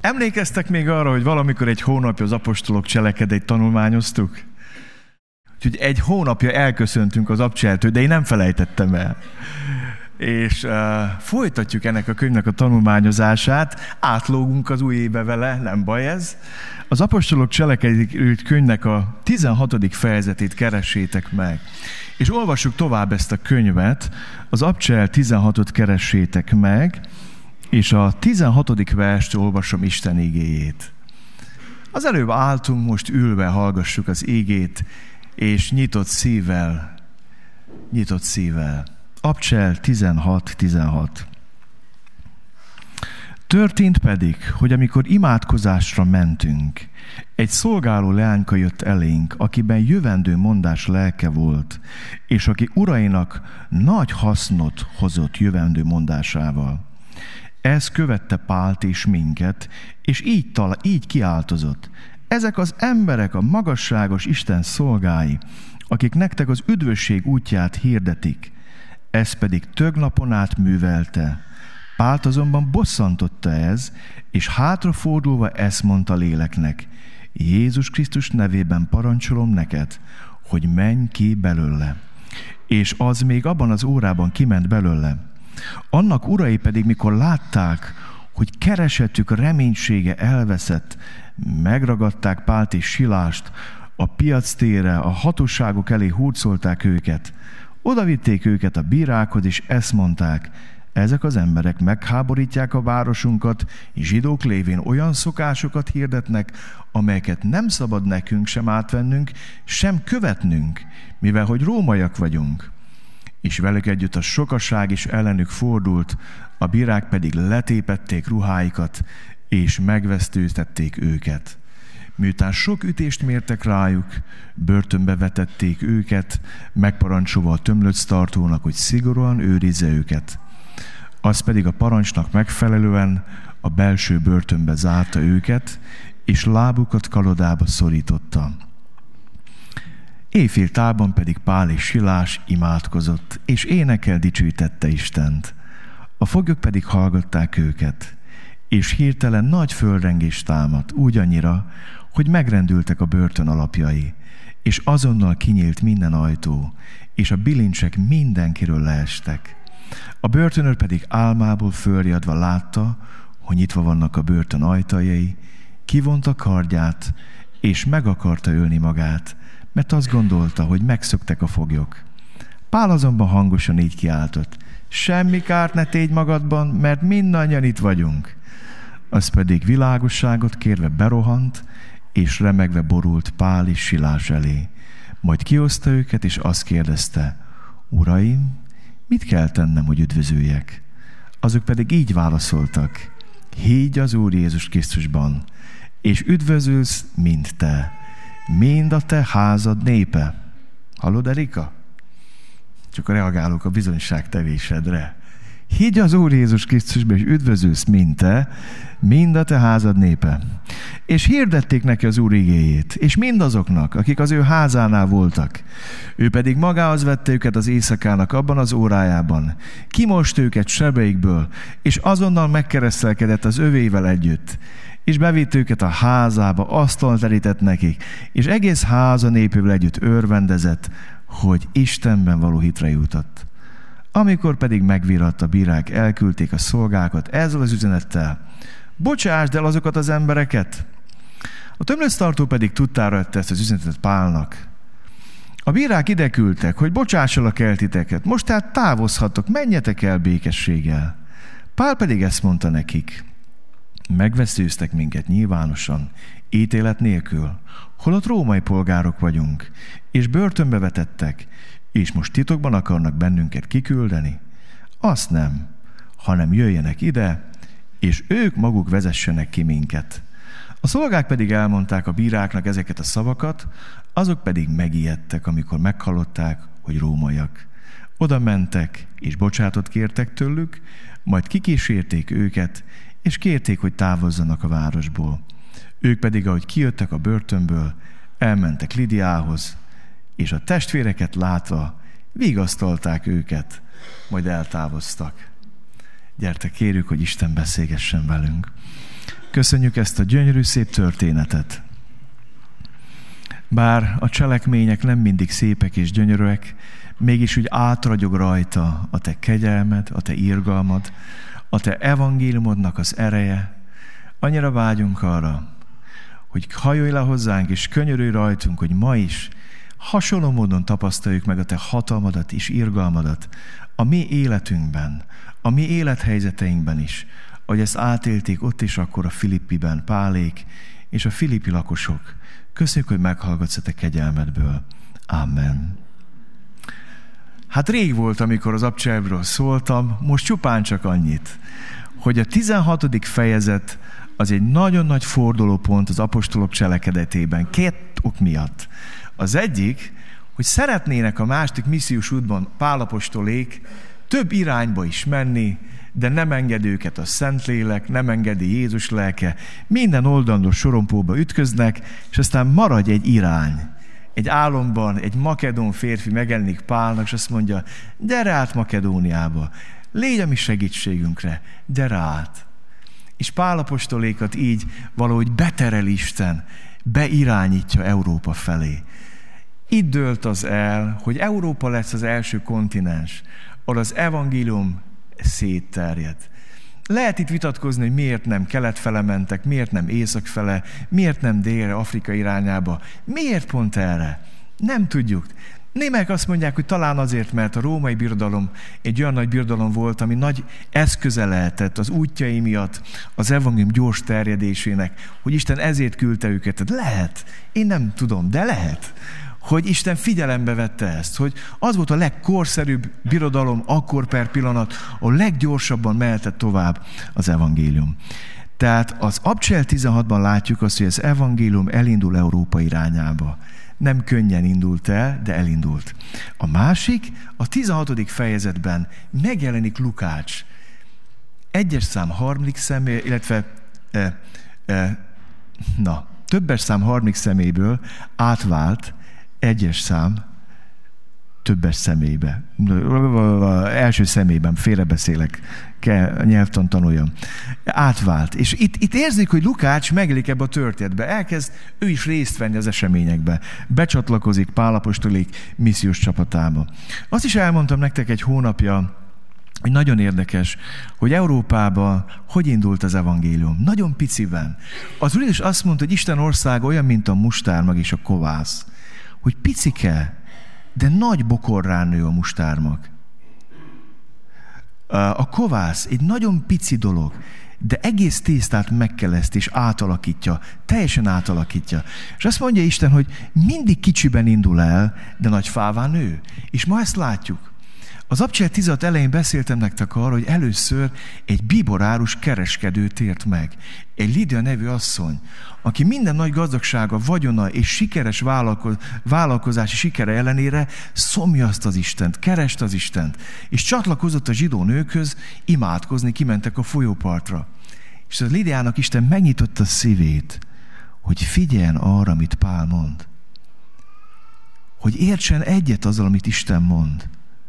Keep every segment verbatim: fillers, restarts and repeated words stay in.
Emlékeztek még arra, hogy valamikor egy hónapja az apostolok cselekedeteit tanulmányoztuk? Úgyhogy egy hónapja elköszöntünk az apcseltől, de én nem felejtettem el. És uh, folytatjuk ennek a könyvnek a tanulmányozását, átlógunk az új évbe vele, nem baj ez. Az apostolok cselekedetei könyvnek a tizenhatodik fejezetét keressétek meg. És olvassuk tovább ezt a könyvet, az apcsel tizenhatot keressétek meg, és a tizenhatodik verstől olvasom Isten igéjét. Az előbb álltunk, most ülve hallgassuk az igét, és nyitott szívvel, nyitott szívvel. Apcsel tizenhat tizenhat. Történt pedig, hogy amikor imádkozásra mentünk, egy szolgáló leányka jött elénk, akiben jövendő mondás lelke volt, és aki urainak nagy hasznot hozott jövendő mondásával. Ez követte Pált és minket, és így, tala, így kiáltozott. Ezek az emberek a magasságos Isten szolgái, akik nektek az üdvösség útját hirdetik. Ez pedig több napon át művelte. Pált azonban bosszantotta ez, és hátrafordulva ezt mondta léleknek. Jézus Krisztus nevében parancsolom neked, hogy menj ki belőle. És az még abban az órában kiment belőle. Annak urai pedig, mikor látták, hogy keresetük reménysége elveszett, megragadták Pált és Silást a piactérre, a hatóságok elé hurcolták őket. Oda vitték őket a bírákhoz, és ezt mondták, ezek az emberek megháborítják a városunkat, és zsidók lévén olyan szokásokat hirdetnek, amelyeket nem szabad nekünk sem átvennünk, sem követnünk, mivel hogy rómaiak vagyunk. És velük együtt a sokaság is ellenük fordult, a bírák pedig letépették ruháikat, és megvesztőztették őket. Miután sok ütést mértek rájuk, börtönbe vetették őket, megparancsolva a tömlöctartónak, hogy szigorúan őrizze őket. Az pedig a parancsnak megfelelően a belső börtönbe zárta őket, és lábukat kalodába szorította. Éjféltában pedig Pál és Silás imádkozott, és énekel dicsőítette Istent. A foglyok pedig hallgatták őket, és hirtelen nagy földrengés támadt, úgy annyira, hogy megrendültek a börtön alapjai, és azonnal kinyílt minden ajtó, és a bilincsek mindenkiről leestek. A börtönőr pedig álmából fölriadva látta, hogy nyitva vannak a börtön ajtajai, kivonta kardját, és meg akarta ölni magát, mert azt gondolta, hogy megszöktek a foglyok. Pál azonban hangosan így kiáltott, semmi kárt ne tégy magadban, mert mindannyian itt vagyunk. Az pedig világosságot kérve berohant, és remegve borult Pál és Silás elé. Majd kihozta őket, és azt kérdezte, uraim, mit kell tennem, hogy üdvözüljek? Azok pedig így válaszoltak, higgy az Úr Jézus Krisztusban, és üdvözülsz, mind te, mind a te házad népe. Hallod, Erika? Csak reagálok a bizonyságtevésedre. Higgy az Úr Jézus Krisztusban, és üdvözülsz, mind te, mind a te házad népe. És hirdették neki az Úr igéjét, és mindazoknak, akik az ő házánál voltak. Ő pedig magához vette őket az éjszakának abban az órájában, kimost őket sebeikből, és azonnal megkeresztelkedett az övéivel együtt, és bevitt őket a házába, asztalt terített nekik, és egész háza népével együtt örvendezett, hogy Istenben való hitre jutott. Amikor pedig megvirratt a bírák, elküldték a szolgákat ezzel az üzenettel, bocsásd el azokat az embereket. A tömlöctartó pedig tudtára adta ezt az üzenetet Pálnak. A bírák ide küldtek, hogy bocsássalak el titeket, most tehát távozhatok, menjetek el békességgel. Pál pedig ezt mondta nekik, megvesztőztek minket nyilvánosan, ítélet nélkül, holott római polgárok vagyunk, és börtönbe vetettek, és most titokban akarnak bennünket kiküldeni? Azt nem, hanem jöjjenek ide, és ők maguk vezessenek ki minket. A szolgák pedig elmondták a bíráknak ezeket a szavakat, azok pedig megijedtek, amikor meghallották, hogy rómaiak. Oda mentek, és bocsátot kértek tőlük, majd kikísérték őket, és kérték, hogy távozzanak a városból. Ők pedig, ahogy kijöttek a börtönből, elmentek Lidiához, és a testvéreket látva vigasztalták őket, majd eltávoztak. Gyertek, kérjük, hogy Isten beszélgessen velünk. Köszönjük ezt a gyönyörű szép történetet. Bár a cselekmények nem mindig szépek és gyönyörűek, mégis úgy átragyog rajta a te kegyelmed, a te irgalmad, a te evangéliumodnak az ereje. Annyira vágyunk arra, hogy hajolj le hozzánk, és könyörülj rajtunk, hogy ma is hasonló módon tapasztaljuk meg a te hatalmadat és irgalmadat a mi életünkben, a mi élethelyzeteinkben is, ahogy ezt átélték ott is akkor a Filippiben Pálék és a filippi lakosok. Köszönjük, hogy meghallgatsz a te kegyelmedből. Amen. Hát rég volt, amikor az abcselvről szóltam, most csupán csak annyit, hogy a tizenhatodik fejezet az egy nagyon nagy fordulópont az apostolok cselekedetében. Két ok miatt. Az egyik, hogy szeretnének a második missziós útban Pál apostolék több irányba is menni, de nem enged őket a Szentlélek, nem engedi Jézus lelke. Minden oldalról sorompóba ütköznek, és aztán maradj egy irány. Egy álomban egy makedón férfi megjelenik Pálnak, és azt mondja, gyere át Makedóniába, légy a mi segítségünkre, gyere át. És Pál apostolékat így valahogy beterel Isten, beirányítja Európa felé. Itt dőlt az el, hogy Európa lesz az első kontinens, ahol az evangélium szétterjed. Lehet itt vitatkozni, hogy miért nem kelet fele mentek, miért nem észak fele, miért nem délre, Afrika irányába. Miért pont erre? Nem tudjuk. Némelyek azt mondják, hogy talán azért, mert a római birodalom egy olyan nagy birodalom volt, ami nagy eszköze lehetett az útjai miatt az evangélium gyors terjedésének, hogy Isten ezért küldte őket. Tehát lehet. Én nem tudom, de lehet, hogy Isten figyelembe vette ezt, hogy az volt a legkorszerűbb birodalom akkor per pillanat, a leggyorsabban mehetett tovább az evangélium. Tehát az Abcsel tizenhatban látjuk azt, hogy az evangélium elindul Európa irányába. Nem könnyen indult el, de elindult. A másik, a tizenhatodik fejezetben megjelenik Lukács. Egyes szám harmadik személy, illetve e, e, na, többes szám harmadik személyből átvált egyes szám többes személybe. Első személyben félrebeszélek, kell nyelvtan tanuljam. Átvált. És itt, itt érzik, hogy Lukács megjelenik ebbe a történetbe. Elkezd ő is részt venni az eseményekbe. Becsatlakozik Pál apostolék missziós csapatába. Azt is elmondtam nektek egy hónapja, hogy nagyon érdekes, hogy Európában hogy indult az evangélium. Nagyon piciben. Az Úr is azt mondta, hogy Isten országa olyan, mint a mustármag és a kovász. Hogy picike, de nagy bokorrán nő a mustármag. A kovász egy nagyon pici dolog, de egész tésztát megkeleszt és átalakítja, teljesen átalakítja. És azt mondja Isten, hogy mindig kicsiben indul el, de nagy fává nő. És ma ezt látjuk. Az Abcsel tizenhat elején beszéltem nektek arról, hogy először egy bíborárus kereskedő tért meg. Egy Lídia nevű asszony, aki minden nagy gazdagsága, vagyona és sikeres vállalkoz, vállalkozási sikere ellenére szomjazta az Istent, kereste az Istent, és csatlakozott a zsidó nőkhöz, imádkozni, kimentek a folyópartra. És az Lídiának Isten megnyitotta a szívét, hogy figyeljen arra, amit Pál mond. Hogy értsen egyet azzal, amit Isten mond.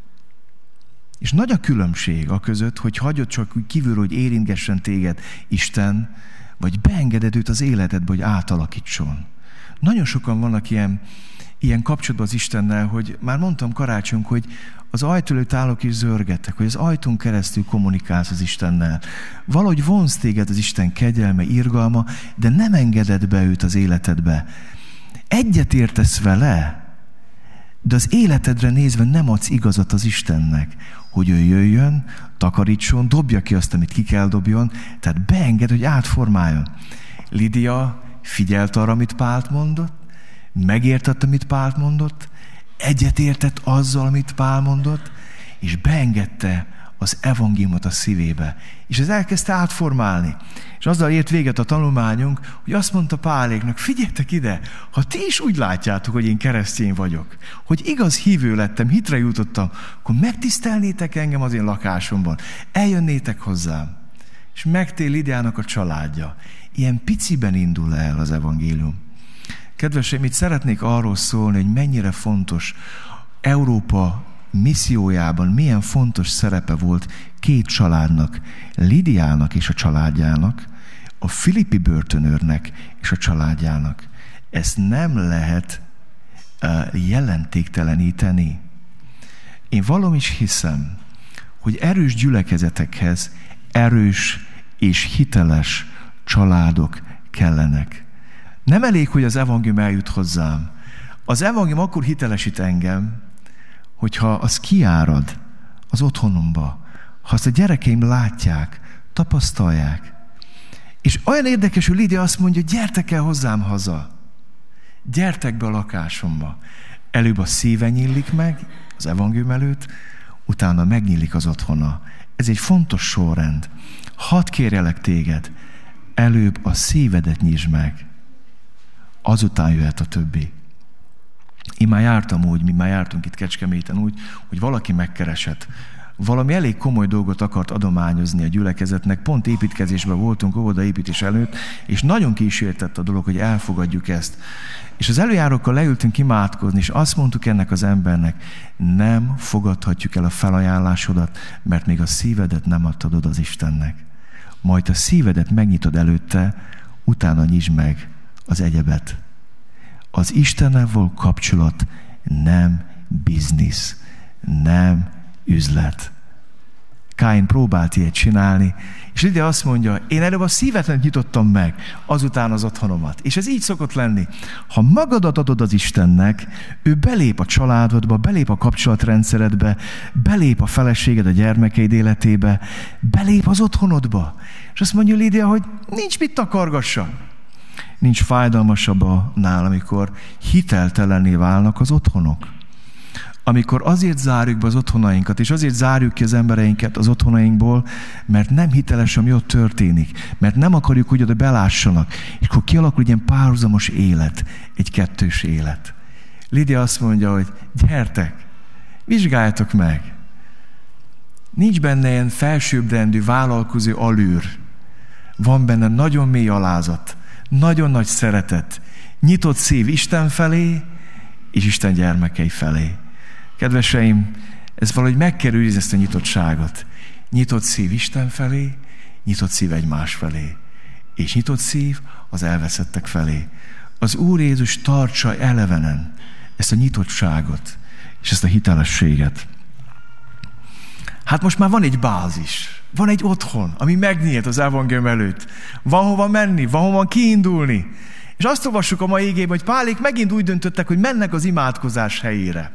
És nagy a különbség a között, hogy hagyod csak kívülről, hogy érintgessen téged Isten, vagy beengeded őt az életedbe, hogy átalakítson. Nagyon sokan vannak ilyen, ilyen kapcsolatban az Istennel, hogy már mondtam karácsonykor, hogy az ajtó előtt állok és zörgetek, hogy az ajtón keresztül kommunikálsz az Istennel. Valahogy vonz téged az Isten kegyelme, irgalma, de nem engeded be őt az életedbe. Egyet értesz vele, de az életedre nézve nem adsz igazat az Istennek, hogy ő jöjjön, takarítson, dobja ki azt, amit ki kell dobjon, tehát beenged, hogy átformáljon. Lídia figyelt arra, amit Pált mondott, megértett, amit Pált mondott, egyetértett azzal, amit Pál mondott, és beengedte az evangéliumot a szívébe. És ez elkezdte átformálni. És azzal ért véget a tanulmányunk, hogy azt mondta Páléknak, figyeljetek ide, ha ti is úgy látjátok, hogy én keresztény vagyok, hogy igaz hívő lettem, hitre jutottam, akkor megtisztelnétek engem az én lakásomban, eljönnétek hozzám. És megtér Lidiának a családja. Ilyen piciben indul el az evangélium. Kedveseim, itt szeretnék arról szólni, hogy mennyire fontos Európa missziójában, milyen fontos szerepe volt két családnak, Lidiának és a családjának, a filippi börtönőrnek és a családjának. Ezt nem lehet uh, jelentékteleníteni. Én valóm is hiszem, hogy erős gyülekezetekhez erős és hiteles családok kellenek. Nem elég, hogy az evangélium eljut hozzám. Az evangélium akkor hitelesít engem, hogyha az kiárad az otthonomba, ha azt a gyerekeim látják, tapasztalják. És olyan érdekes, hogy Lídia azt mondja, gyertek el hozzám haza. Gyertek be a lakásomba. Előbb a szíve nyílik meg az evangélium előtt, utána megnyílik az otthona. Ez egy fontos sorrend. Hadd kérjelek téged, előbb a szívedet nyisd meg, azután jöhet a többi. Én már jártam úgy, mi már jártunk itt Kecskeméten úgy, hogy valaki megkeresett. Valami elég komoly dolgot akart adományozni a gyülekezetnek, pont építkezésben voltunk, óvodaépítés előtt, és nagyon kísértett a dolog, hogy elfogadjuk ezt. És az előjárókkal leültünk imádkozni, és azt mondtuk ennek az embernek, nem fogadhatjuk el a felajánlásodat, mert még a szívedet nem adtad oda az Istennek. Majd a szívedet megnyitod előtte, utána nyisd meg az egyebet. Az Istennel való kapcsolat nem biznisz, nem üzlet. Káin próbált ilyet csinálni, és Lídia azt mondja, én előbb a szívemet nyitottam meg, azután az otthonomat. És ez így szokott lenni. Ha magadat adod az Istennek, ő belép a családodba, belép a kapcsolatrendszeredbe, belép a feleséged, a gyermekeid életébe, belép az otthonodba. És azt mondja Lídia, hogy nincs mit takargassa. Nincs fájdalmasabb annál, amikor hiteltelenné válnak az otthonok. Amikor azért zárjuk be az otthonainkat, és azért zárjuk ki az embereinket az otthonainkból, mert nem hiteles, ami ott történik, mert nem akarjuk, hogy oda belássanak, és akkor kialakul egy ilyen párhuzamos élet, egy kettős élet. Lídia azt mondja, hogy gyertek, vizsgáljátok meg. Nincs benne ilyen felsőbbrendű, vállalkozó allűr. Van benne nagyon mély alázat, nagyon nagy szeretet, nyitott szív Isten felé, és Isten gyermekei felé. Kedveseim, ez valahogy meg kell őrizni ezt a nyitottságot. Nyitott szív Isten felé, nyitott szív egymás felé, és nyitott szív az elveszettek felé. Az Úr Jézus tartsa elevenen ezt a nyitottságot, és ezt a hitelességet. Hát most már van egy bázis, van egy otthon, ami megnyílt az evangélium előtt. Van hova menni, van hova kiindulni. És azt olvassuk a mai igében, hogy Pálék megint úgy döntöttek, hogy mennek az imádkozás helyére.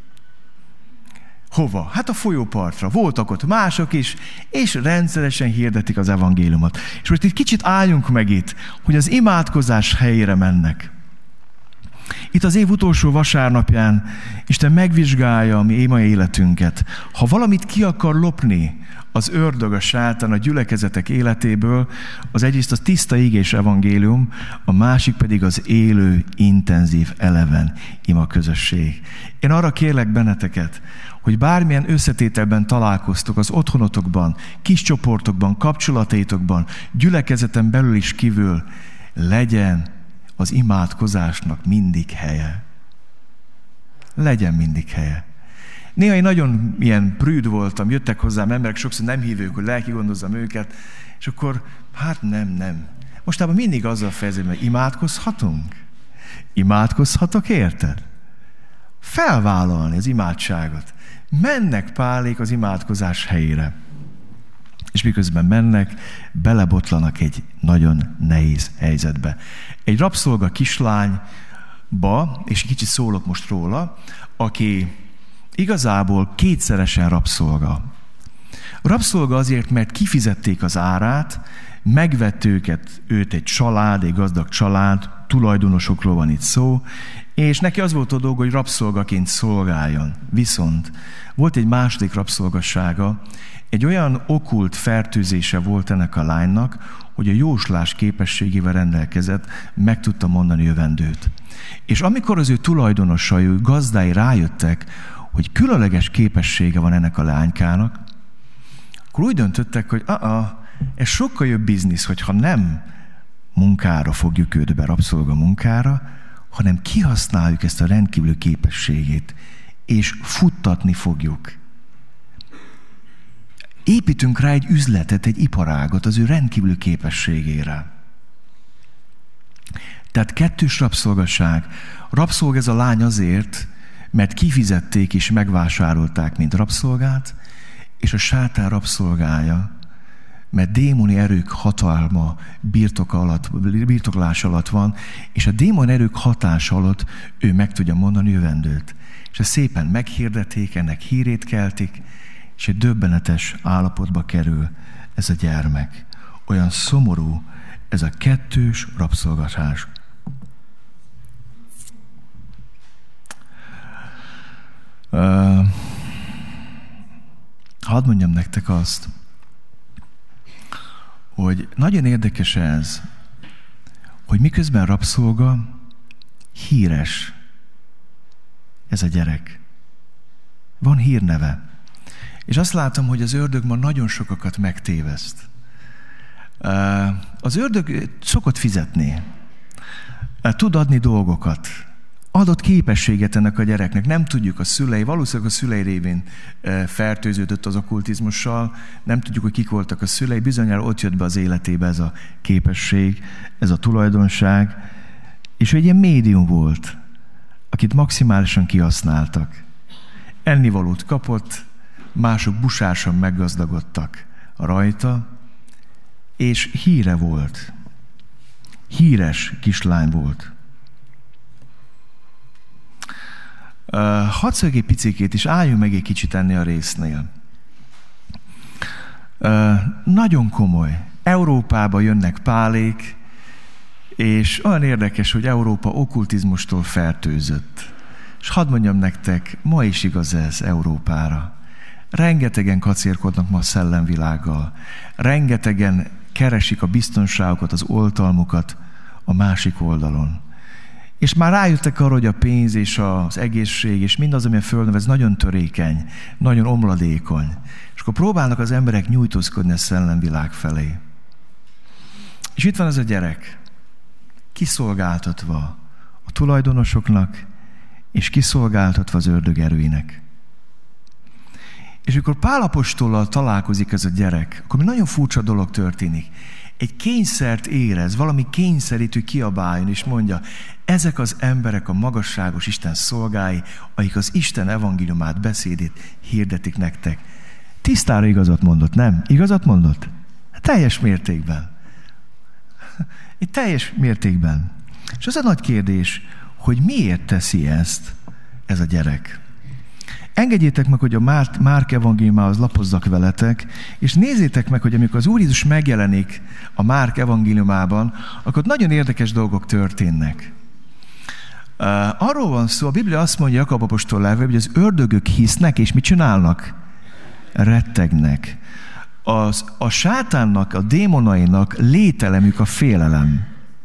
Hova? Hát a folyópartra. Voltak ott mások is, és rendszeresen hirdetik az evangéliumot. És most egy kicsit álljunk meg itt, hogy az imádkozás helyére mennek. Itt az év utolsó vasárnapján Isten megvizsgálja a mi mai életünket. Ha valamit ki akar lopni az ördög, a sátán a gyülekezetek életéből, az egyrészt a tiszta igés evangélium, a másik pedig az élő, intenzív, eleven ima közösség. Én arra kérlek benneteket, hogy bármilyen összetételben találkoztok az otthonotokban, kis csoportokban, kapcsolataitokban, gyülekezeten belül is kívül, legyen az imádkozásnak mindig helye. Legyen mindig helye. Néha én nagyon ilyen prűd voltam, jöttek hozzám emberek, sokszor nem hívők, hogy lelki gondozzam őket, és akkor, hát nem, nem. Mostában mindig azzal fejezem, hogy imádkozhatunk? Imádkozhatok, érted? Felvállalni az imádságot. Mennek Pálék az imádkozás helyére. És miközben mennek, belebotlanak egy nagyon nehéz helyzetbe. Egy rabszolga kislányba, és egy kicsit szólok most róla, aki igazából kétszeresen rabszolga. Rabszolga azért, mert kifizették az árát, megvett őket, őt egy család, egy gazdag család, tulajdonosokról van itt szó, és neki az volt a dolga, hogy rabszolgaként szolgáljon. Viszont volt egy második rabszolgassága, egy olyan okkult fertőzése volt ennek a lánynak, hogy a jóslás képességével rendelkezett, meg tudta mondani jövendőt. És amikor az ő tulajdonosai, ő gazdái rájöttek, hogy különleges képessége van ennek a lánykának, akkor úgy döntöttek, hogy a ez sokkal jobb biznisz, hogyha nem munkára fogjuk őt be, rabszolga munkára, hanem kihasználjuk ezt a rendkívüli képességét, és futtatni fogjuk. Építünk rá egy üzletet, egy iparágot az ő rendkívüli képességére. Tehát kettős rabszolgaság. Rabszolga ez a lány azért, mert kifizették és megvásárolták, mint rabszolgát, és a sátán rabszolgája, mert démoni erők hatalma birtoka alatt, birtoklás alatt van, és a démon erők hatás alatt ő meg tudja mondani jövendőt. És ezt szépen meghirdetik, ennek hírét keltik, és egy döbbenetes állapotba kerül ez a gyermek. Olyan szomorú ez a kettős rabszolgatás. Uh, hadd mondjam nektek azt, hogy nagyon érdekes ez, hogy miközben rabszolga, híres ez a gyerek. Van hírneve. És azt látom, hogy az ördög ma nagyon sokakat megtéveszt. Az ördög szokott fizetni. Tud adni dolgokat. Adott képességet ennek a gyereknek. Nem tudjuk a szülei, valószínűleg a szülei révén fertőződött az okkultizmussal. Nem tudjuk, hogy kik voltak a szülei. Bizonyára ott jött be az életébe ez a képesség, ez a tulajdonság. És egy ilyen médium volt, akit maximálisan kihasználtak. Ennivalót kapott, mások busásan meggazdagodtak rajta, és híre volt. Híres kislány volt. Uh, hadd szög egy picikét, és álljunk meg egy kicsit ennél a résznél. Uh, nagyon komoly. Európába jönnek pálék, és olyan érdekes, hogy Európa okkultizmustól fertőzött. És hadd mondjam nektek, ma is igaz ez Európára. Rengetegen kacérkodnak ma a szellemvilággal. Rengetegen keresik a biztonságokat, az oltalmukat a másik oldalon. És már rájöttek arra, hogy a pénz és az egészség, és mindaz, ami a földön, ez nagyon törékeny, nagyon omladékony. És akkor próbálnak az emberek nyújtózkodni a szellemvilág felé. És itt van ez a gyerek, kiszolgáltatva a tulajdonosoknak, és kiszolgáltatva az ördög erőinek. És amikor Pál apostollal találkozik ez a gyerek, akkor nagyon furcsa dolog történik. Egy kényszert érez, valami kényszerítő kiabáljon, és mondja, ezek az emberek a magasságos Isten szolgái, akik az Isten evangéliumát, beszédét hirdetik nektek. Tisztára igazat mondott, nem? Igazat mondott? Teljes mértékben. Itt teljes mértékben. És az a nagy kérdés, hogy miért teszi ezt ez a gyerek. Engedjétek meg, hogy a Márk evangéliumához lapozzak veletek, és nézzétek meg, hogy amikor az Úr Jézus megjelenik a Márk evangéliumában, akkor nagyon érdekes dolgok történnek. Uh, arról van szó, a Biblia azt mondja Jakab apostol levélben, hogy az ördögök hisznek, és mit csinálnak? Rettegnek. Az, a sátánnak, a démonainak lételemük a félelem.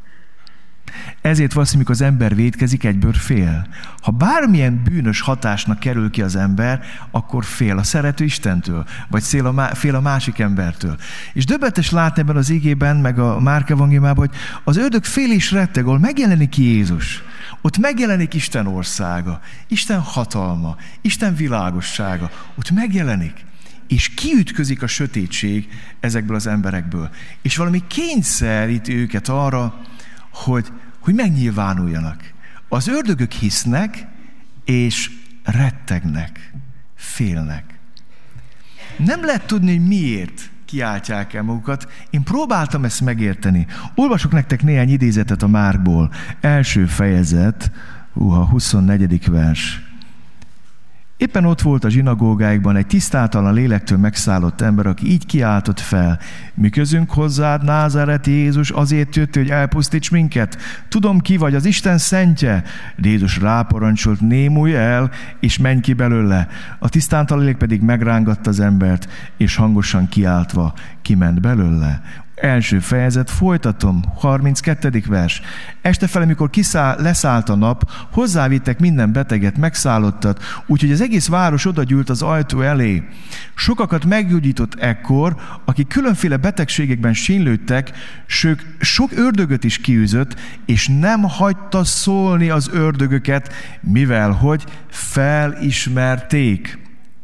Ezért valószínűleg, amikor az ember vétkezik, egyből fél. Ha bármilyen bűnös hatásnak kerül ki az ember, akkor fél a szerető Istentől, vagy fél a, má, fél a másik embertől. És döbbenetes látni ebben az igében, meg a Márk evangéliumában, hogy az ördög fél és retteg, ahol megjelenik Jézus. Ott megjelenik Isten országa, Isten hatalma, Isten világossága. Ott megjelenik. És kiütközik a sötétség ezekből az emberekből. És valami kényszerít őket arra, hogy, hogy megnyilvánuljanak. Az ördögök hisznek, és rettegnek, félnek. Nem lehet tudni, hogy miért kiáltják el magukat. Én próbáltam ezt megérteni. Olvasok nektek néhány idézetet a Márkból. Első fejezet, uha, huszonnegyedik vers. Éppen ott volt a zsinagógáikban egy tisztátalan lélektől megszállott ember, aki így kiáltott fel: mi közünk hozzád, Názáreti Jézus, azért jöttél, hogy elpusztíts minket? Tudom, ki vagy, az Isten szentje. De Jézus ráparancsolt: némulj el, és menj ki belőle. A tisztátalan lélek pedig megrángatta az embert, és hangosan kiáltva kiment belőle. Első fejezet, folytatom, harminckettedik vers. Este fele, mikor kiszáll, leszállt a nap, hozzávittek minden beteget, megszállottat, úgyhogy az egész város odagyűlt az ajtó elé. Sokakat meggyógyított ekkor, akik különféle betegségekben sínlődtek, sők sok ördögöt is kiűzött, és nem hagyta szólni az ördögöket, mivel hogy felismerték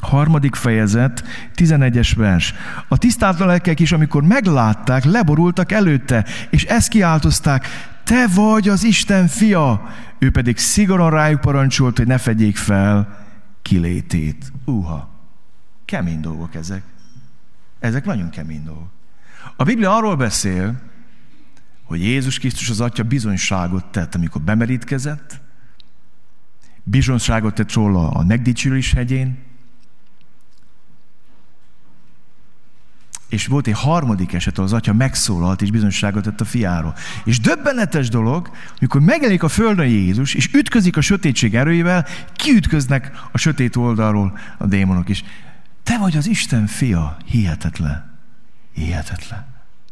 Harmadik fejezet, tizenegyes vers. A tisztátlan lelkek is, amikor meglátták, leborultak előtte, és ezt kiáltozták: te vagy az Isten fia! Ő pedig szigorúan rájuk parancsolt, hogy ne fedjék fel kilétét. Uha, kemény dolgok ezek. Ezek nagyon kemény dolgok. A Biblia arról beszél, hogy Jézus Krisztus az Atya bizonyságot tett, amikor bemerítkezett, bizonyságot tett róla a megdicsülés hegyén, és volt egy harmadik eset, ahol az Atya megszólalt és bizonyságot tett a fiáról. És döbbenetes dolog, amikor megjelenik a földön Jézus, és ütközik a sötétség erőivel, kiütköznek a sötét oldalról a démonok is. Te vagy az Isten fia, hihetetlen. Hihetetlen.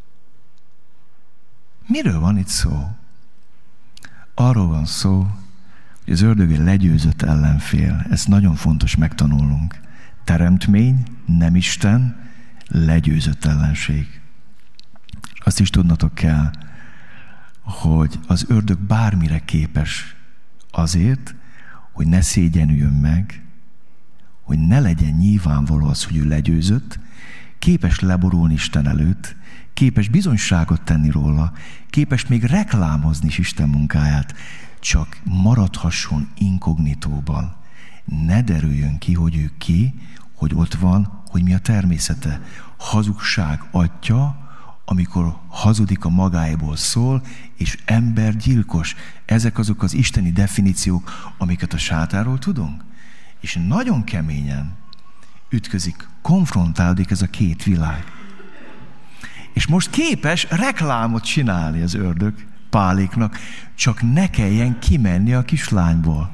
Miről van itt szó? Arról van szó, hogy az ördög egy legyőzött ellenfél. Ez nagyon fontos megtanulnunk. Teremtmény, nem Isten, legyőzött ellenség. Azt is tudnatok kell, hogy az ördög bármire képes azért, hogy ne szégyenüljön meg, hogy ne legyen nyilvánvaló az, hogy ő legyőzött, képes leborulni Isten előtt, képes bizonyságot tenni róla, képes még reklámozni is Isten munkáját, csak maradhasson inkognitóban. Ne derüljön ki, hogy ő ki, hogy ott van, hogy mi a természete. Hazugság atya, amikor hazudik a magáéból szól, és embergyilkos. Ezek azok az isteni definíciók, amiket a sátáról tudunk. És nagyon keményen ütközik, konfrontálódik ez a két világ. És most képes reklámot csinálni az ördög Páléknak, csak ne kelljen kimenni a kislányból.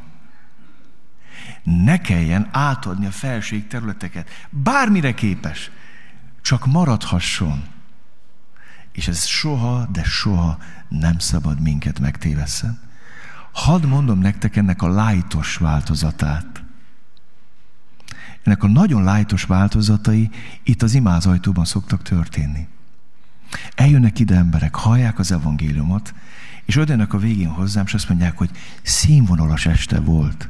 Ne kelljen átadni a felség területeket. Bármire képes, csak maradhasson. És ez soha, de soha nem szabad minket megtévesszen. Hadd mondom nektek ennek a lájtos változatát. Ennek a nagyon lájtos változatai itt az imázajtóban szoktak történni. Eljönnek ide emberek, hallják az evangéliumot, és odaönnek a végén hozzám, és azt mondják, hogy színvonalas este volt.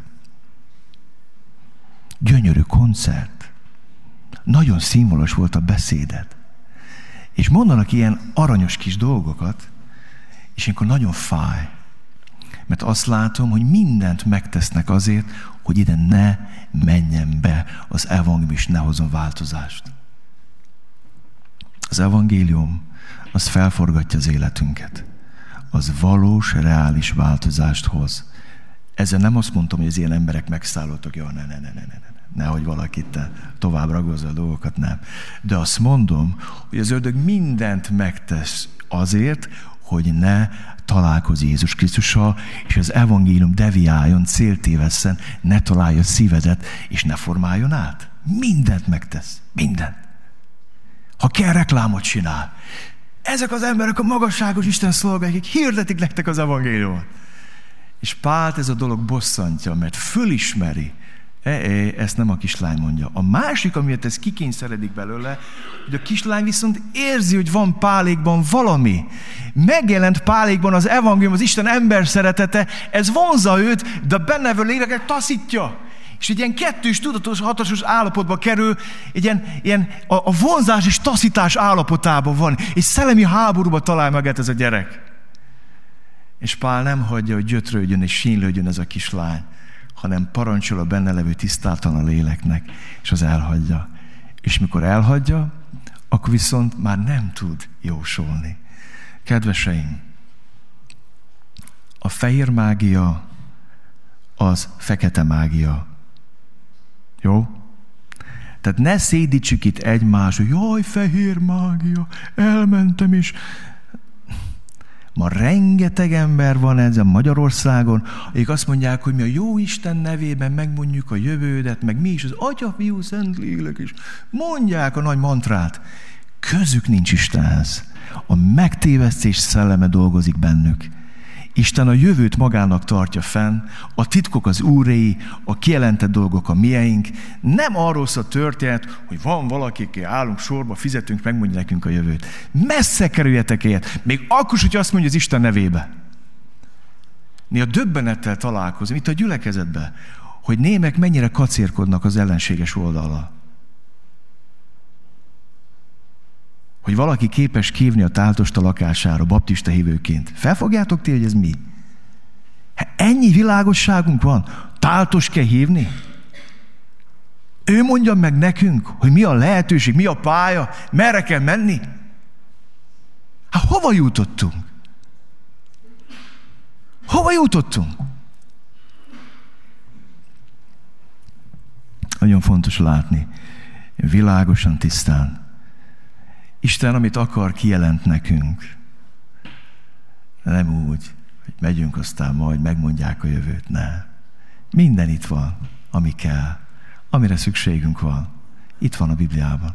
Gyönyörű koncert. Nagyon színvonalas volt a beszéded. És mondanak ilyen aranyos kis dolgokat, és akkor nagyon fáj. Mert azt látom, hogy mindent megtesznek azért, hogy ide ne menjen be az evangélium, és ne hozzon változást. Az evangélium, az felforgatja az életünket. Az valós, reális változást hoz. Ezzel nem azt mondtam, hogy az ilyen emberek megszállottak, ja, ne, ne, ne, ne, ne, ne. Nehogy valakit te tovább ragozza a dolgokat, nem. De azt mondom, hogy az ördög mindent megtesz azért, hogy ne találkozz Jézus Krisztussal, és az evangélium deviáljon, céltévesszen, ne találja szívedet, és ne formáljon át. Mindent megtesz. Mindent. Ha kell, reklámot csinál. Ezek az emberek a magasságos Isten szolgái, akik hirdetik nektek az evangéliumot. És Pált ez a dolog bosszantja, mert fölismeri, E, e, ezt nem a kislány mondja. A másik, amiért ez kikényszeredik belőle, hogy a kislány viszont érzi, hogy van Pálékban valami. Megjelent Pálékban az evangélium, az Isten ember szeretete, ez vonzza őt, de benne levő léleket taszítja. És egy ilyen kettős, tudatos, hatásos állapotba kerül, egy ilyen, ilyen a, a vonzás és taszítás állapotában van, és szellemi háborúba talál magát ez a gyerek. És Pál nem hagyja, hogy gyötrődjön és sínlődjön ez a kislány, hanem parancsol a benne levő tisztátalan léleknek, és az elhagyja. És mikor elhagyja, akkor viszont már nem tud jósolni. Kedveseim, a fehér mágia az fekete mágia. Jó? Tehát ne szédítsük itt egymást, hogy jaj, fehér mágia, elmentem is. Ma rengeteg ember van ezen Magyarországon, akik azt mondják, hogy mi a jó Isten nevében megmondjuk a jövődet, meg mi is az Atya, Fiú, Szent Lélek is. Mondják a nagy mantrát. Közük nincs Istenhez. A megtévesztés szelleme dolgozik bennük. Isten a jövőt magának tartja fenn, a titkok az Úréi, a kijelentett dolgok a mieink. Nem arról szól a történet, hogy van valaki, aki állunk sorba, fizetünk, megmondja nekünk a jövőt. Messze kerüljetek ilyet, még akkor, hogy azt mondja az Isten nevébe. Néha döbbenettel találkozom itt a gyülekezetben, hogy némek mennyire kacérkodnak az ellenséges oldala. Hogy valaki képes kívni a táltost a lakására baptista hívőként. Felfogjátok ti, hogy ez mi? Hát ennyi világosságunk van? Táltost kell hívni? Ő mondja meg nekünk, hogy mi a lehetőség, mi a pálya, merre kell menni? Hát hova jutottunk? Hova jutottunk? Nagyon fontos látni, világosan, tisztán. Isten, amit akar, kijelent nekünk. Nem úgy, hogy megyünk, aztán majd megmondják a jövőt. Ne. Minden itt van, ami kell, amire szükségünk van. Itt van a Bibliában.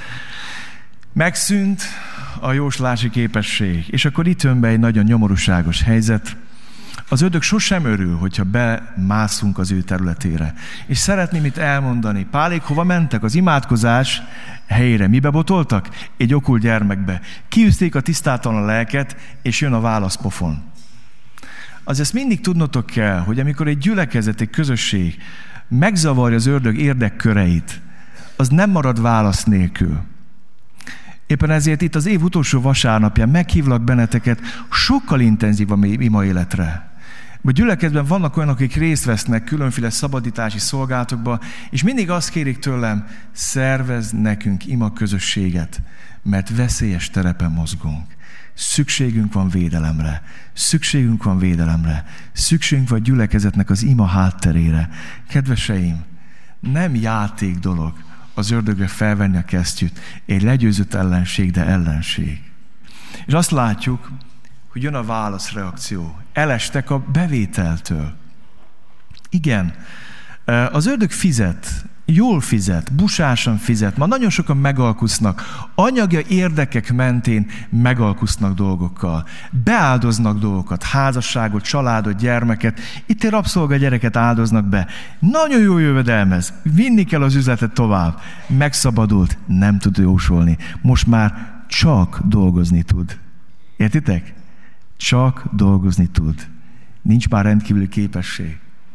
Megszűnt a jóslási képesség, és akkor itt jön be egy nagyon nyomorúságos helyzet. Az ördög sosem örül, hogyha bemászunk az ő területére. És szeretném itt elmondani, Pálék hova mentek? Az imádkozás helyére. Mibe botoltak? Egy okult gyermekbe. Kiűzték a tisztátalan lelket, és jön a válaszpofon. Az ezt mindig tudnotok kell, hogy amikor egy gyülekezet, egy közösség megzavarja az ördög érdekköreit, az nem marad válasz nélkül. Éppen ezért itt az év utolsó vasárnapján meghívlak benneteket sokkal intenzívabb ima életre. A gyülekezetben vannak olyanok, akik részt vesznek különféle szabadítási szolgálatokba, és mindig azt kérik tőlem, szervezz nekünk ima közösséget, mert veszélyes terepen mozgunk. Szükségünk van védelemre, szükségünk van védelemre, szükségünk van a gyülekezetnek az ima hátterére. Kedveseim, nem játék dolog az ördögre felvenni a kesztyűt, egy legyőzött ellenség, de ellenség. És azt látjuk, hogy jön a válaszreakció. Elestek a bevételtől. Igen, az ördög fizet, jól fizet, busásan fizet. Ma nagyon sokan megalkusznak, anyagi érdekek mentén megalkusznak dolgokkal. Beáldoznak dolgokat, házasságot, családot, gyermeket. Itt egy rabszolga gyereket áldoznak be. Nagyon jó jövedelmez, vinni kell az üzletet tovább. Megszabadult, nem tud jósolni. Most már csak dolgozni tud. Értitek? Csak dolgozni tud. Nincs már rendkívüli képesség.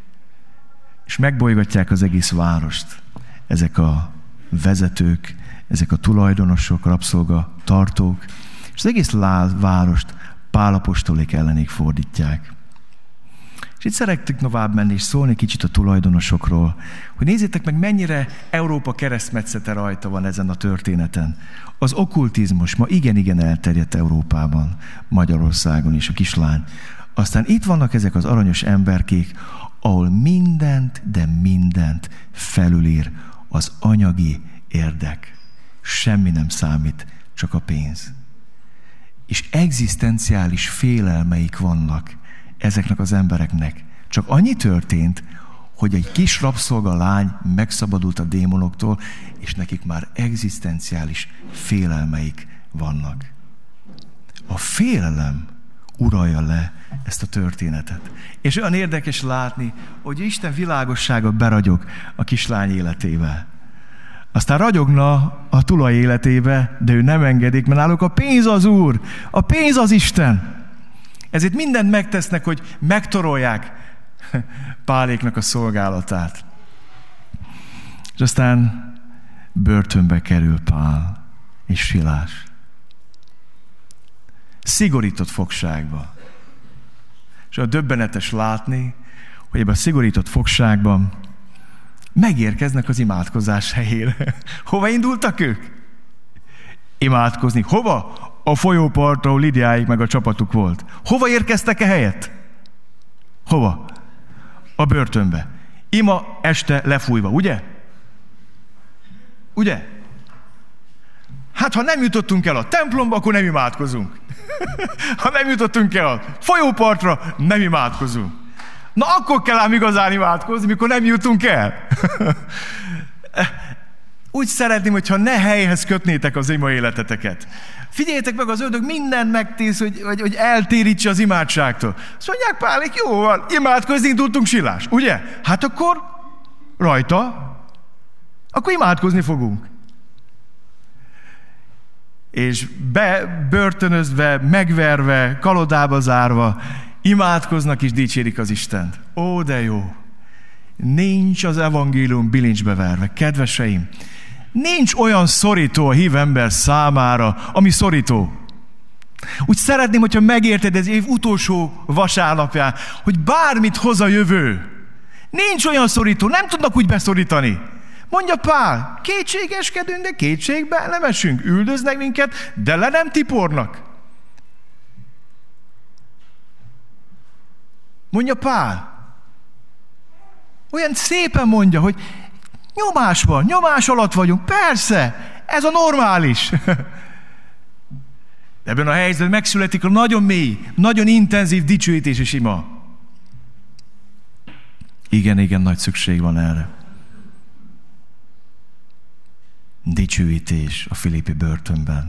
És megbolygatják az egész várost. Ezek a vezetők, ezek a tulajdonosok, rabszolga tartók, és az egész várost Pál apostolék ellenék fordítják. És itt szerettük tovább menni, és szólni kicsit a tulajdonosokról, hogy nézzétek meg, mennyire Európa keresztmetszete rajta van ezen a történeten. Az okkultizmus ma igen-igen elterjedt Európában, Magyarországon is, a kislány. Aztán itt vannak ezek az aranyos emberkék, ahol mindent, de mindent felülír az anyagi érdek. Semmi nem számít, csak a pénz. És egzisztenciális félelmeik vannak ezeknek az embereknek. Csak annyi történt, hogy egy kis rabszolga lány megszabadult a démonoktól, és nekik már egzisztenciális félelmeik vannak. A félelem uralja le ezt a történetet. És olyan érdekes látni, hogy Isten világossága beragyog a kislány életébe. Aztán ragyogna a tulaj életébe, de ő nem engedik, mert náluk a pénz az Úr, a pénz az Isten. Ezért mindent megtesznek, hogy megtorolják Páléknak a szolgálatát. És aztán börtönbe kerül Pál és Silás. Szigorított fogságba. És a döbbenetes látni, hogy ebben a szigorított fogságban megérkeznek az imádkozás helyére. Hova indultak ők? Imádkozni. Hova? A folyópartra, ahol Lidiáik meg a csapatuk volt. Hova érkeztek e helyet? Hova? A börtönbe. Ima este lefújva, ugye? Ugye? Hát, ha nem jutottunk el a templomba, akkor nem imádkozunk. Ha nem jutottunk el a folyópartra, nem imádkozunk. Na, akkor kell ám igazán imádkozni, mikor nem jutunk el. Úgy szeretném, hogyha ne helyhez kötnétek az ima életeteket. Figyeljétek meg, az ördög mindent megtész, hogy, hogy, hogy eltérítse az imádságtól. Azt mondják, Pálék, jó van, imádkozni indultunk, Silás, ugye? Hát akkor rajta, akkor imádkozni fogunk. És bebörtönözve, megverve, kalodába zárva, imádkoznak és dicsérik az Istent. Ó, de jó! Nincs az evangélium bilincsbe verve. Kedveseim, nincs olyan szorító a hív ember számára, ami szorító. Úgy szeretném, hogyha megérted ez év utolsó vasárnapján, hogy bármit hoz a jövő. Nincs olyan szorító, nem tudnak úgy beszorítani. Mondja Pál, kétségeskedünk, de kétségbe nem esünk. Üldöznek minket, de le nem tipornak. Mondja Pál. Olyan szépen mondja, hogy nyomás van, nyomás alatt vagyunk. Persze, ez a normális. Ebben a helyzetben megszületik a nagyon mély, nagyon intenzív dicsőítés és ima. Igen, igen, nagy szükség van erre. Dicsőítés a Filippi börtönben.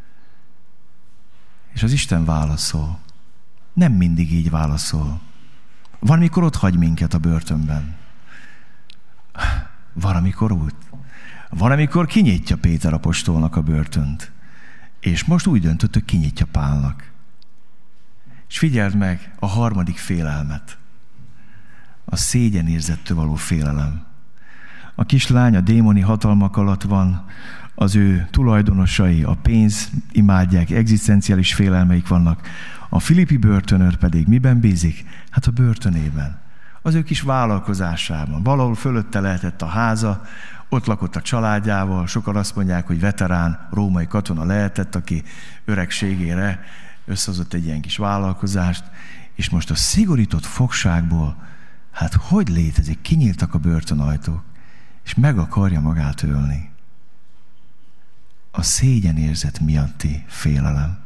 És az Isten válaszol. Nem mindig így válaszol. Van, mikor ott hagy minket a börtönben. Van, amikor úgy. Van, amikor kinyitja Péter apostolnak a börtönt. És most úgy döntött, hogy kinyitja Pálnak. És figyeld meg a harmadik félelmet. A szégyenérzettől való félelem. A kislány a démoni hatalmak alatt van, az ő tulajdonosai, a pénz imádják, egzisztenciális félelmeik vannak. A Filippi börtönőr pedig miben bízik? Hát a börtönében. Az ő kis vállalkozásában. Valahol fölötte lehetett a háza, ott lakott a családjával, sokan azt mondják, hogy veterán római katona lehetett, aki öregségére összehozott egy ilyen kis vállalkozást, és most a szigorított fogságból, hát hogy létezik? Kinyíltak a börtönajtók, és meg akarja magát ölni. A szégyenérzet miatti félelem.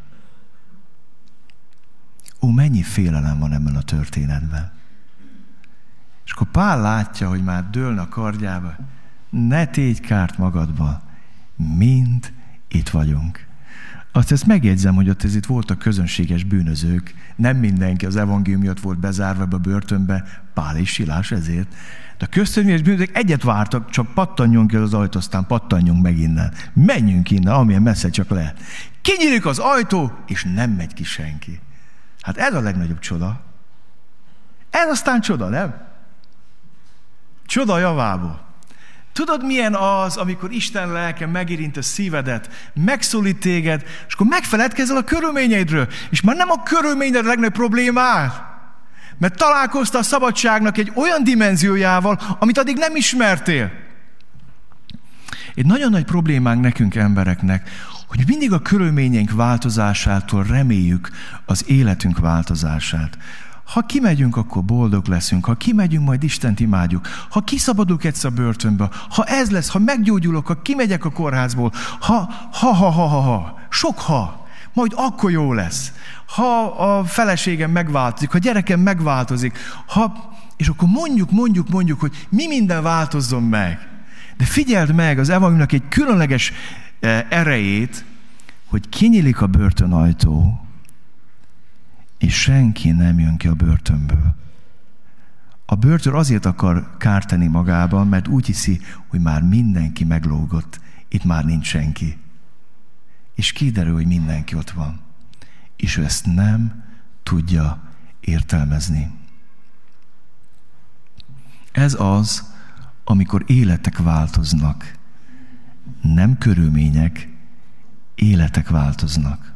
Ó, mennyi félelem van ebben a történetben. És akkor Pál látja, hogy már dőlne a kardjába, ne tégy kárt magadba, mind itt vagyunk. Azt ezt megjegyzem, hogy ott ez itt voltak közönséges bűnözők, nem mindenki az evangélium miatt volt bezárva be a börtönbe, Pál és Silás ezért. De a közönséges bűnözők egyet vártak, csak pattanjunk ki az ajtó, aztán pattanjunk meg innen. Menjünk innen, amilyen messze csak lehet. Kinyílik az ajtó, és nem megy ki senki. Hát ez a legnagyobb csoda. Ez aztán csoda, nem? Csoda javából. Tudod, milyen az, amikor Isten lelke megérint a szívedet, megszólít téged, és akkor megfeledkezel a körülményeidről, és már nem a körülményed a legnagyobb problémád, mert találkoztál a szabadságnak egy olyan dimenziójával, amit addig nem ismertél. Egy nagyon nagy problémánk nekünk embereknek, hogy mindig a körülményeink változásától reméljük az életünk változását. Ha kimegyünk, akkor boldog leszünk. Ha kimegyünk, majd Istent imádjuk. Ha kiszabadulok egyszer a börtönből, ha ez lesz, ha meggyógyulok, ha kimegyek a kórházból, ha, ha, ha, ha, ha, ha, sok ha, majd akkor jó lesz. Ha a feleségem megváltozik, ha a gyerekem megváltozik, ha, és akkor mondjuk, mondjuk, mondjuk, hogy mi minden változzon meg. De figyeld meg az evangéliumnak egy különleges erejét, hogy kinyílik a börtönajtó, és senki nem jön ki a börtönből. A börtön azért akar kárt tenni magában, mert úgy hiszi, hogy már mindenki meglógott, itt már nincs senki. És kiderül, hogy mindenki ott van. És ő ezt nem tudja értelmezni. Ez az, amikor életek változnak. Nem körülmények, életek változnak.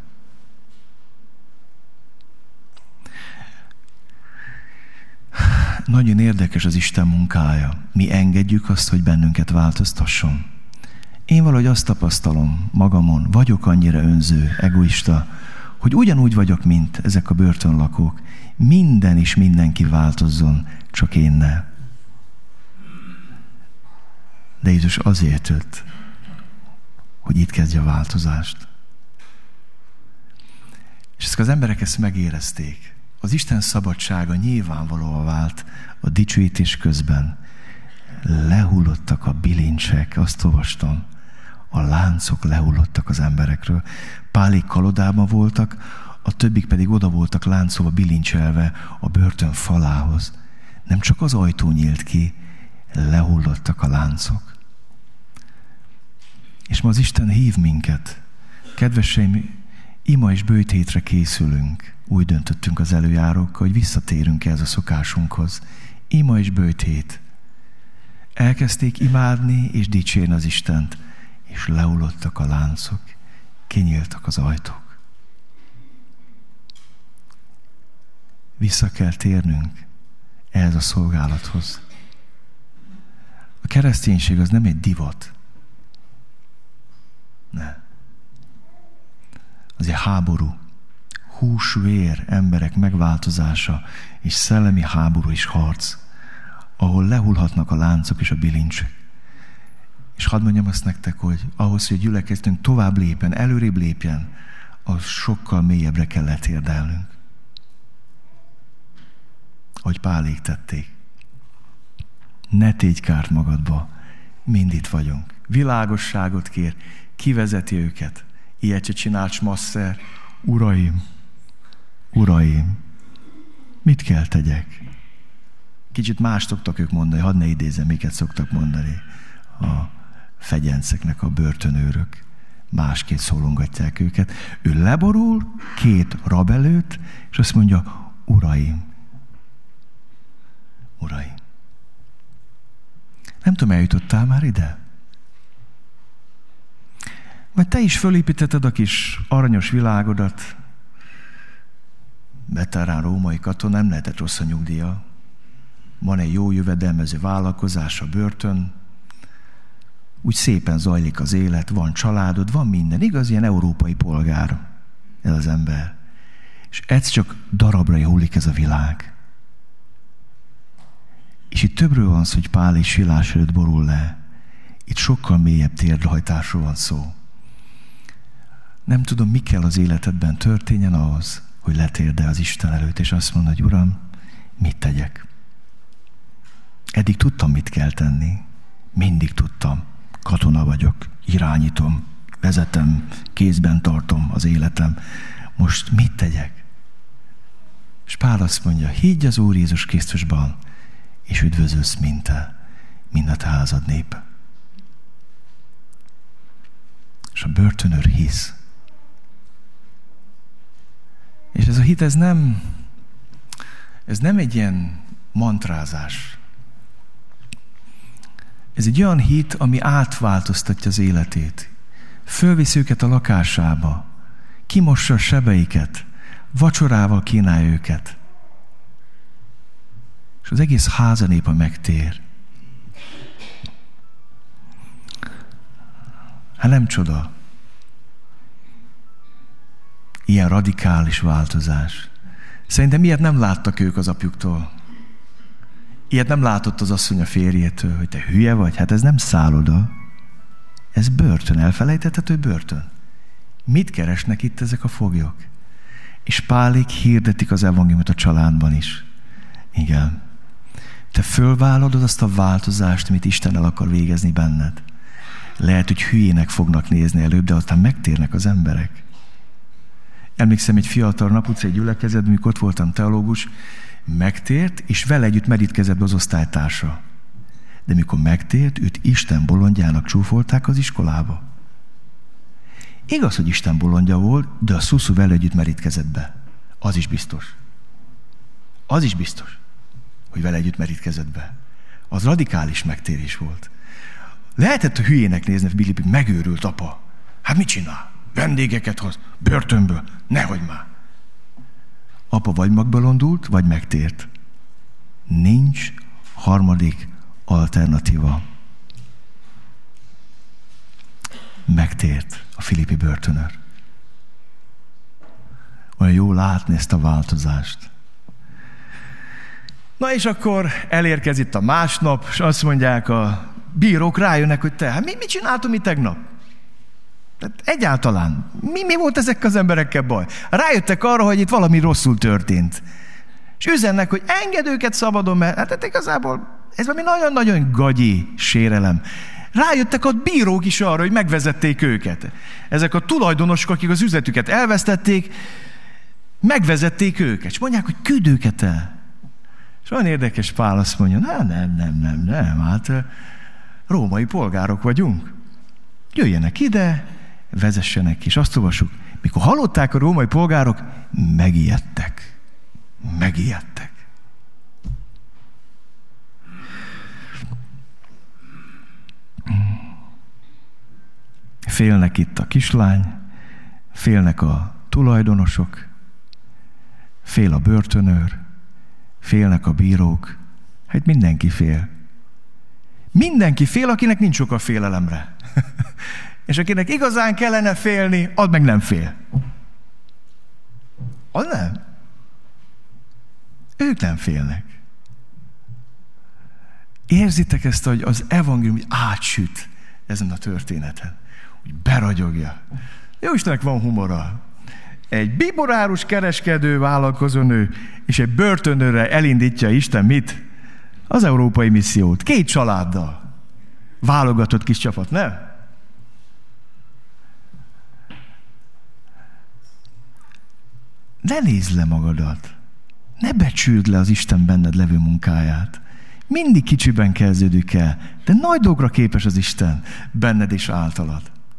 Nagyon érdekes az Isten munkája. Mi engedjük azt, hogy bennünket változtasson. Én valahogy azt tapasztalom magamon, vagyok annyira önző, egoista, hogy ugyanúgy vagyok, mint ezek a börtönlakók. Minden és mindenki változzon, csak én ne. De Jézus azért jött, hogy itt kezdje a változást. És ezek az emberek ezt megérezték. Az Isten szabadsága nyilvánvalóan vált a dicsőítés közben. Lehullottak a bilincsek, azt olvastam. A láncok lehullottak az emberekről. Pálék kalodában voltak, a többik pedig oda voltak láncolva, bilincselve a börtön falához. Nem csak az ajtó nyílt ki, lehullottak a láncok. És ma az Isten hív minket. Kedveseim, ima és bőjtétre készülünk. Úgy döntöttünk az előjárókkal, hogy visszatérünk ehhez a szokásunkhoz. Ima és bőjtét. elkezdték imádni és dicsérni az Istent, és lehullottak a láncok, kinyíltak az ajtók. Vissza kell térnünk ehhez a szolgálathoz. A kereszténység az nem egy divat. Ne. Az egy háború. Hús, vér, emberek megváltozása, és szellemi háború és harc, ahol lehullhatnak a láncok és a bilincsek. És hadd mondjam azt nektek, hogy ahhoz, hogy a gyülekezetünk tovább lépjen, előrébb lépjen, az sokkal mélyebbre kell letérdelnünk. Ahogy Pálék tették. Ne tégy kárt magadba, mind itt vagyunk. Világosságot kér, kivezeti őket. Ilyet se csinált Smasszer. Uraim, uraim, mit kell tegyek? Kicsit más szoktak ők mondani, hadd ne idézem, miket szoktak mondani. A fegyenceknek a börtönőrök másként szólongatják őket. Ő leborul két rab előtt, és azt mondja, uraim, uraim. Nem tudom, eljutottál már ide? Vagy te is fölépítetted a kis aranyos világodat, veterán római katona, nem lehetett rossz a nyugdíja. Van egy jó jövedelmező vállalkozása, börtön, úgy szépen zajlik az élet, van családod, van minden, igaz, ilyen európai polgár ez az ember. És ez csak darabra hullik ez a világ. És itt többről van szó, hogy Pál és Silás előtt borul le. Itt sokkal mélyebb térdrehajtásról van szó. Nem tudom, mi kell az életedben történjen ahhoz, hogy letérdel az Isten előtt, és azt mondod, hogy Uram, mit tegyek? Eddig tudtam, mit kell tenni. Mindig tudtam. Katona vagyok, irányítom, vezetem, kézben tartom az életem. Most mit tegyek? És Pál azt mondja, higgy az Úr Jézus Krisztusban, és üdvözölsz, mint te, mind a te házad népe. És a börtönőr hisz. És ez a hit, ez nem, ez nem egy ilyen mantrázás. Ez egy olyan hit, ami átváltoztatja az életét. Fölvisz őket a lakásába, kimossa a sebeiket, vacsorával kínálja őket. És az egész házanépa megtér. Hát nem csoda. Ilyen radikális változás. Szerintem ilyet nem láttak ők az apjuktól. Ilyet nem látott az asszony a férjétől, hogy te hülye vagy, hát ez nem szálloda. Ez börtön, elfelejtetted, hogy börtön. Mit keresnek itt ezek a foglyok? És Pálék hirdetik az evangéliumot a családban is. Igen. Te fölvállalod azt a változást, amit Isten el akar végezni benned. Lehet, hogy hülyének fognak nézni előbb, de aztán megtérnek az emberek. Emlékszem, egy fiatal nap utcai gyülekezet, amikor ott voltam teológus, megtért, és vele együtt merítkezett be az osztálytársa. De mikor megtért, őt Isten bolondjának csúfolták az iskolába. Igaz, hogy Isten bolondja volt, de a szuszu vele együtt merítkezett be. Az is biztos. Az is biztos, hogy vele együtt merítkezett be. Az radikális megtérés volt. Lehetett a hülyének nézni, hogy Billy megőrült apa. Hát mit csinál? Vendégeket hoz, börtönből, nehogy már. Apa vagy megbolondult, vagy megtért. Nincs harmadik alternatíva. Megtért a filippi börtönőr. Olyan jó látni ezt a változást. Na és akkor elérkez itt a másnap, és azt mondják a bírók, rájönnek, hogy te, hát mi, mit csináltunk mi tegnap? Tehát egyáltalán, mi, mi volt ezekkel az emberekkel baj? Rájöttek arra, hogy itt valami rosszul történt. És üzennek, hogy engedd őket szabadon, mert hát igazából ez valami nagyon-nagyon gagyi sérelem. Rájöttek a bírók is arra, hogy megvezették őket. Ezek a tulajdonosok, akik az üzletüket elvesztették, megvezették őket. És mondják, hogy küld őket el. És olyan érdekes, Pál azt mondja, nem, nem, nem, nem, nem, hát római polgárok vagyunk. Jöjjenek ide, vezessenek ki. És azt olvassuk, mikor hallották a római polgárok, megijedtek. Megijedtek. Félnek itt a kislány, félnek a tulajdonosok, fél a börtönőr, félnek a bírók. Hát mindenki fél. Mindenki fél, akinek nincs oka félelemre. És akinek igazán kellene félni, az meg nem fél. Az nem. Ők nem félnek. Érzitek ezt, hogy az evangélium átsüt ezen a történeten? Úgy beragyogja. Jóistennek van humora. Egy biborárus kereskedő vállalkozónő és egy börtönőrre elindítja Isten mit? Az európai missziót. Két családdal. Válogatott kis csapat, nem? Ne nézd le magadat. Ne becsüld le az Isten benned levő munkáját. Mindig kicsiben kezdődik el, de nagy dolgra képes az Isten benned és általad.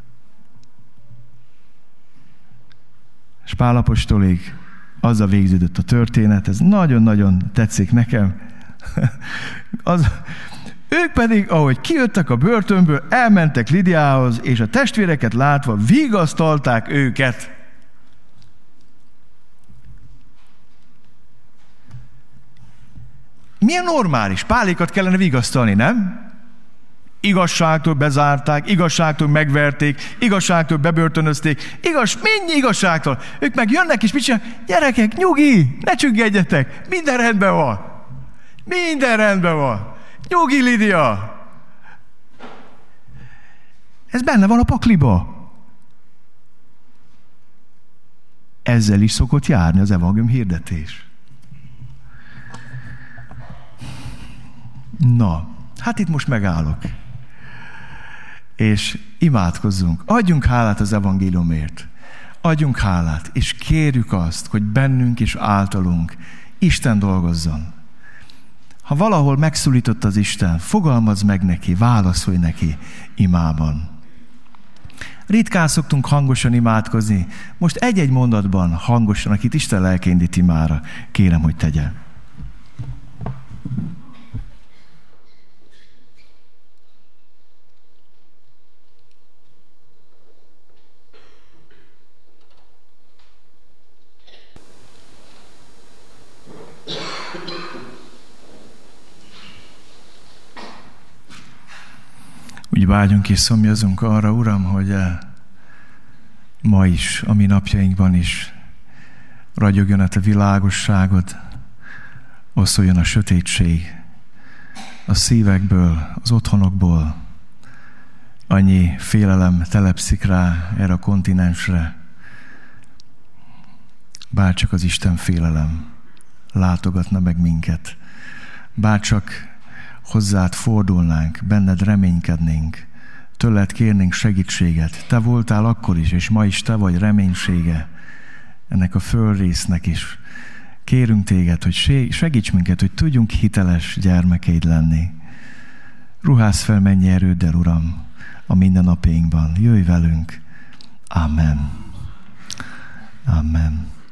És Pál apostolig azzal végződött a történet, ez nagyon-nagyon tetszik nekem. Az, ők pedig, ahogy kijöttek a börtönből, elmentek Lidiához, és a testvéreket látva vigasztalták őket. Milyen normális? Pálékat kellene vigasztalni, nem? Igazságtól bezárták, igazságtól megverték, igazságtól bebörtönözték, igaz, mennyi igazságtól. Ők meg jönnek és mit csinálnak? Gyerekek, nyugi, ne csüggedjetek, minden rendben van. Minden rendben van. Nyugi, Lidia. Ez benne van a pakliba. Ezzel is szokott járni az evangélium hirdetés. Na, hát itt most megállok. És imádkozzunk. Adjunk hálát az evangéliumért. Adjunk hálát, és kérjük azt, hogy bennünk és általunk Isten dolgozzon. Ha valahol megszólított az Isten, fogalmazz meg neki, válaszolj neki imában. Ritkán szoktunk hangosan imádkozni. Most egy-egy mondatban hangosan, akit Isten lelke indít imára, kérem, hogy tegye. Úgy vágyunk és szomjazunk arra, Uram, hogy ma is, a mi napjainkban is ragyogjon a Te világosságod, oszoljon a sötétség a szívekből, az otthonokból. Annyi félelem telepszik rá erre a kontinensre. Bárcsak az Isten félelem látogatna meg minket. Bárcsak hozzád fordulnánk, benned reménykednénk, tőled kérnénk segítséget. Te voltál akkor is, és ma is Te vagy reménysége ennek a földrésznek is. Kérünk Téged, hogy segíts minket, hogy tudjunk hiteles gyermekeid lenni. Ruházz fel mennyi erőddel, Uram, a mindennapjainkban. Jöjj velünk. Amen. Amen.